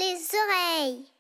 les oreilles.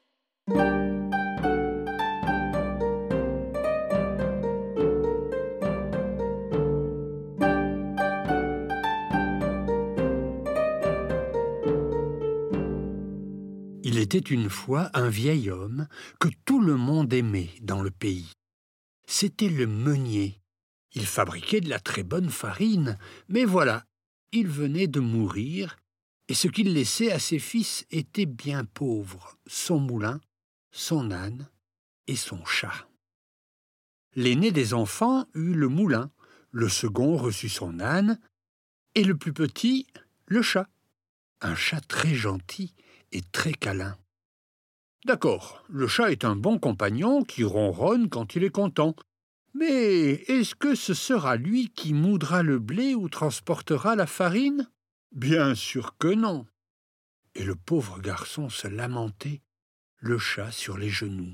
Il était une fois un vieil homme que tout le monde aimait dans le pays. C'était le meunier. Il fabriquait de la très bonne farine, mais voilà, il venait de mourir, et ce qu'il laissait à ses fils était bien pauvre, son moulin, son âne et son chat. L'aîné des enfants eut le moulin, le second reçut son âne, et le plus petit, le chat. Un chat très gentil et très câlin. D'accord, le chat est un bon compagnon qui ronronne quand il est content. Mais est-ce que ce sera lui qui moudra le blé ou transportera la farine? Bien sûr que non. Et le pauvre garçon se lamentait, le chat sur les genoux.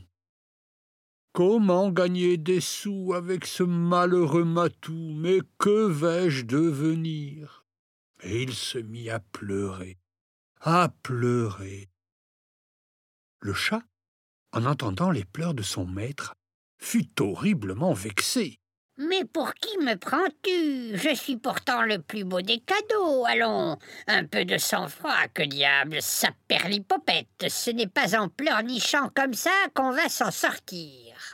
Comment gagner des sous avec ce malheureux matou? Mais que vais-je devenir? Et il se mit à pleurer. À pleurer. Le chat, en entendant les pleurs de son maître, fut horriblement vexé. « Mais pour qui me prends-tu? Je suis pourtant le plus beau des cadeaux, allons. Un peu de sang-froid, que diable, ça perlipopette. Ce n'est pas en pleurnichant comme ça qu'on va s'en sortir. »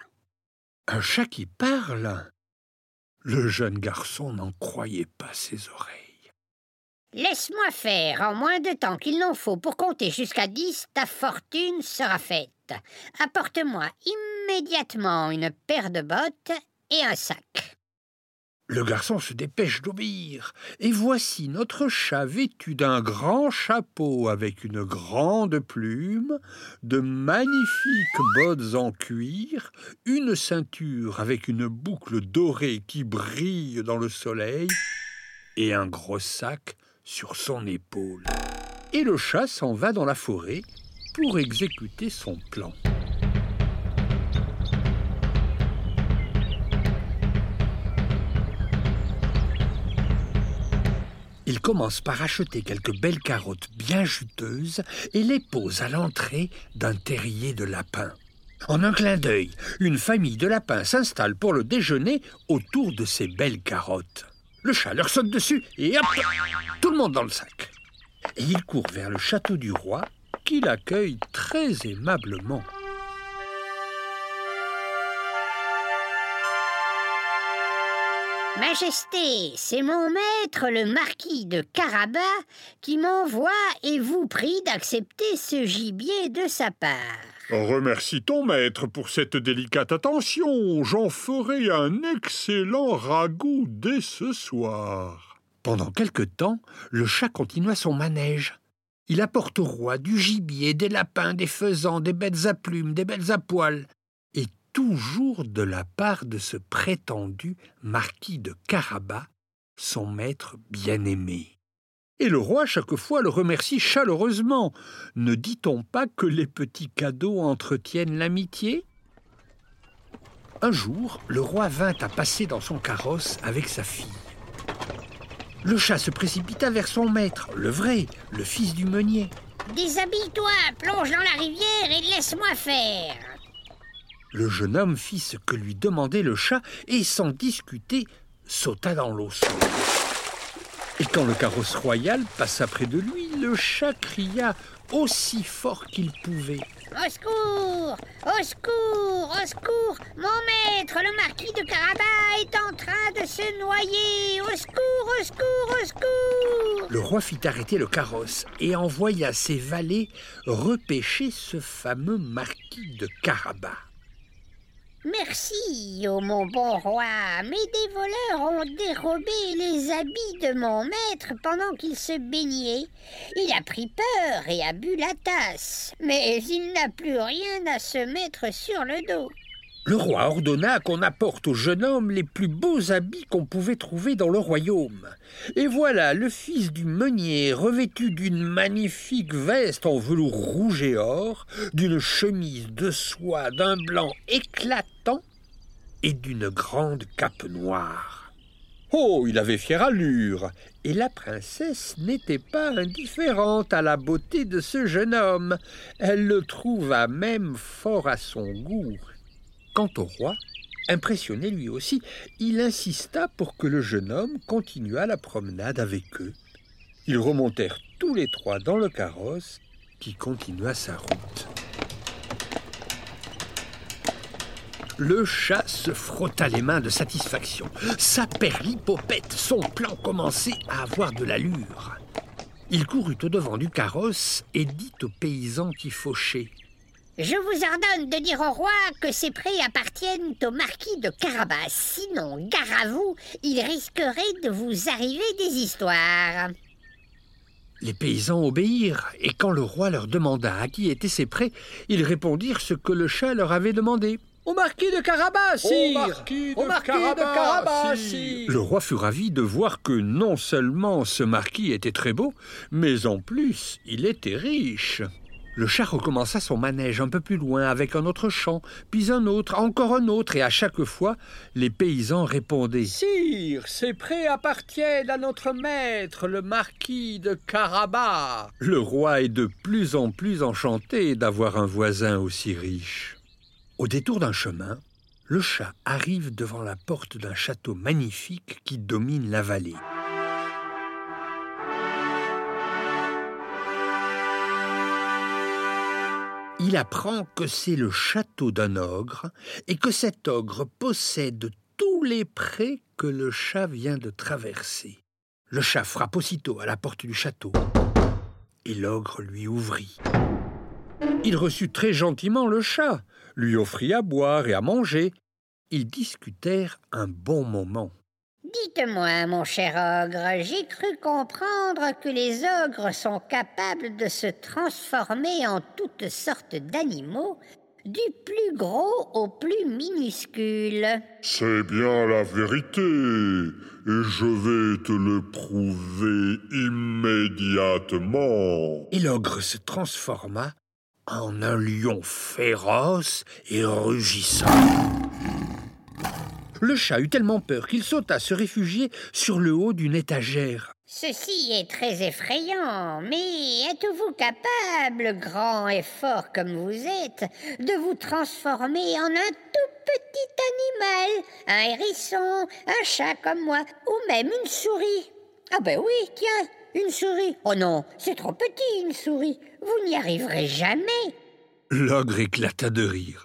Un chat qui parle? Le jeune garçon n'en croyait pas ses oreilles. « Laisse-moi faire, en moins de temps qu'il n'en faut pour compter jusqu'à 10, ta fortune sera faite. Apporte-moi immédiatement une paire de bottes et un sac. » Le garçon se dépêche d'obéir, et voici notre chat vêtu d'un grand chapeau avec une grande plume, de magnifiques bottes en cuir, une ceinture avec une boucle dorée qui brille dans le soleil, et un gros sac sur son épaule. Et le chat s'en va dans la forêt pour exécuter son plan. Il commence par acheter quelques belles carottes bien juteuses et les pose à l'entrée d'un terrier de lapins. En un clin d'œil, une famille de lapins s'installe pour le déjeuner autour de ces belles carottes. Le chat leur saute dessus et hop, tout le monde dans le sac. Et il court vers le château du roi qui l'accueille très aimablement. « Majesté, c'est mon maître, le marquis de Carabas, qui m'envoie et vous prie d'accepter ce gibier de sa part. » Remercie ton maître pour cette délicate attention. J'en ferai un excellent ragoût dès ce soir. Pendant quelque temps, le chat continua son manège. Il apporte au roi du gibier, des lapins, des faisans, des bêtes à plumes, des bêtes à poils, et toujours de la part de ce prétendu marquis de Carabas, son maître bien-aimé. Et le roi, chaque fois, le remercie chaleureusement. Ne dit-on pas que les petits cadeaux entretiennent l'amitié? Un jour, le roi vint à passer dans son carrosse avec sa fille. Le chat se précipita vers son maître, le vrai, le fils du meunier. « Déshabille-toi, plonge dans la rivière et laisse-moi faire. » Le jeune homme fit ce que lui demandait le chat et, sans discuter, sauta dans l'eau chaude. Et quand le carrosse royal passa près de lui, le chat cria aussi fort qu'il pouvait. « Au secours! Au secours! Au secours! Mon maître, le marquis de Carabas, est en train de se noyer! Au secours! Au secours! Au secours !» Le roi fit arrêter le carrosse et envoya ses valets repêcher ce fameux marquis de Carabas. « Merci, ô mon bon roi, mais des voleurs ont dérobé les habits de mon maître pendant qu'il se baignait. Il a pris peur et a bu la tasse, mais il n'a plus rien à se mettre sur le dos. » Le roi ordonna qu'on apporte au jeune homme les plus beaux habits qu'on pouvait trouver dans le royaume. Et voilà le fils du meunier revêtu d'une magnifique veste en velours rouge et or, d'une chemise de soie d'un blanc éclatant et d'une grande cape noire. Oh, il avait fière allure, et la princesse n'était pas indifférente à la beauté de ce jeune homme. Elle le trouva même fort à son goût. Quant au roi, impressionné lui aussi, il insista pour que le jeune homme continuât la promenade avec eux. Ils remontèrent tous les trois dans le carrosse qui continua sa route. Le chat se frotta les mains de satisfaction. Sa perlipopette, son plan commençait à avoir de l'allure. Il courut au-devant du carrosse et dit aux paysans qui fauchaient: Je vous ordonne de dire au roi que ces prés appartiennent au marquis de Carabas. Sinon, gare à vous, il risquerait de vous arriver des histoires. Les paysans obéirent, et quand le roi leur demanda à qui étaient ces prés, ils répondirent ce que le chat leur avait demandé. « Au marquis de Carabas, sire ! Au marquis de Carabas, sire !» Le roi fut ravi de voir que non seulement ce marquis était très beau, mais en plus, il était riche. Le chat recommença son manège un peu plus loin avec un autre chant, puis un autre, encore un autre, et à chaque fois, les paysans répondaient « Sire, ces prés appartiennent à notre maître, le marquis de Carabas !» Le roi est de plus en plus enchanté d'avoir un voisin aussi riche. Au détour d'un chemin, le chat arrive devant la porte d'un château magnifique qui domine la vallée. Il apprend que c'est le château d'un ogre et que cet ogre possède tous les prés que le chat vient de traverser. Le chat frappe aussitôt à la porte du château et l'ogre lui ouvrit. Il reçut très gentiment le chat, lui offrit à boire et à manger. Ils discutèrent un bon moment. Dites-moi, mon cher ogre, j'ai cru comprendre que les ogres sont capables de se transformer en toutes sortes d'animaux, du plus gros au plus minuscule. C'est bien la vérité, et je vais te le prouver immédiatement. Et l'ogre se transforma en un lion féroce et rugissant. Le chat eut tellement peur qu'il sauta se réfugier sur le haut d'une étagère. Ceci est très effrayant, mais êtes-vous capable, grand et fort comme vous êtes, de vous transformer en un tout petit animal, un hérisson, un chat comme moi, ou même une souris? Ah ben oui, tiens, une souris. Oh non, c'est trop petit une souris, vous n'y arriverez jamais. L'ogre éclata de rire.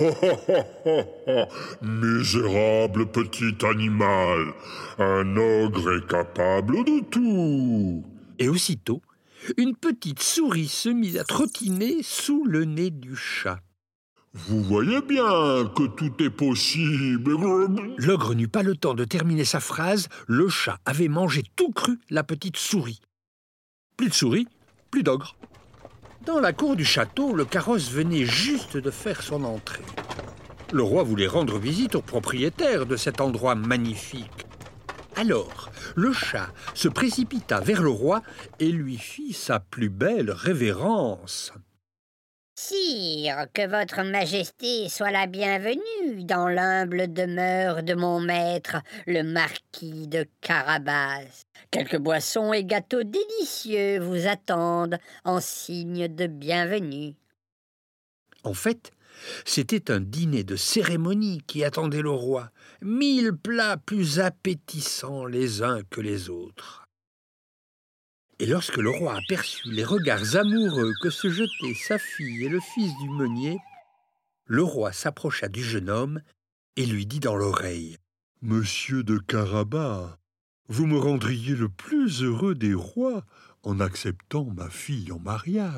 Misérable petit animal, un ogre est capable de tout. Et aussitôt, une petite souris se mit à trottiner sous le nez du chat. Vous voyez bien que tout est possible. L'ogre n'eut pas le temps de terminer sa phrase, le chat avait mangé tout cru la petite souris. Plus de souris, plus d'ogre. Dans la cour du château, le carrosse venait juste de faire son entrée. Le roi voulait rendre visite au propriétaire de cet endroit magnifique. Alors, le chat se précipita vers le roi et lui fit sa plus belle révérence. Sire, que votre majesté soit la bienvenue dans l'humble demeure de mon maître, le marquis de Carabas. Quelques boissons et gâteaux délicieux vous attendent en signe de bienvenue. En fait, c'était un dîner de cérémonie qui attendait le roi, 1000 plats plus appétissants les uns que les autres. Et lorsque le roi aperçut les regards amoureux que se jetaient sa fille et le fils du meunier, le roi s'approcha du jeune homme et lui dit dans l'oreille: « Monsieur de Carabas, vous me rendriez le plus heureux des rois en acceptant ma fille en mariage. »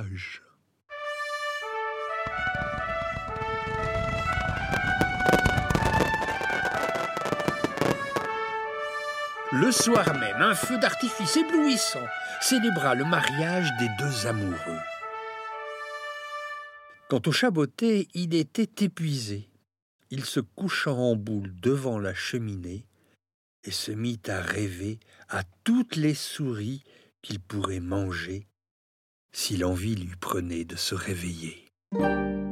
Le soir même, un feu d'artifice éblouissant célébra le mariage des deux amoureux. Quant au chaboté, il était épuisé. Il se coucha en boule devant la cheminée et se mit à rêver à toutes les souris qu'il pourrait manger si l'envie lui prenait de se réveiller.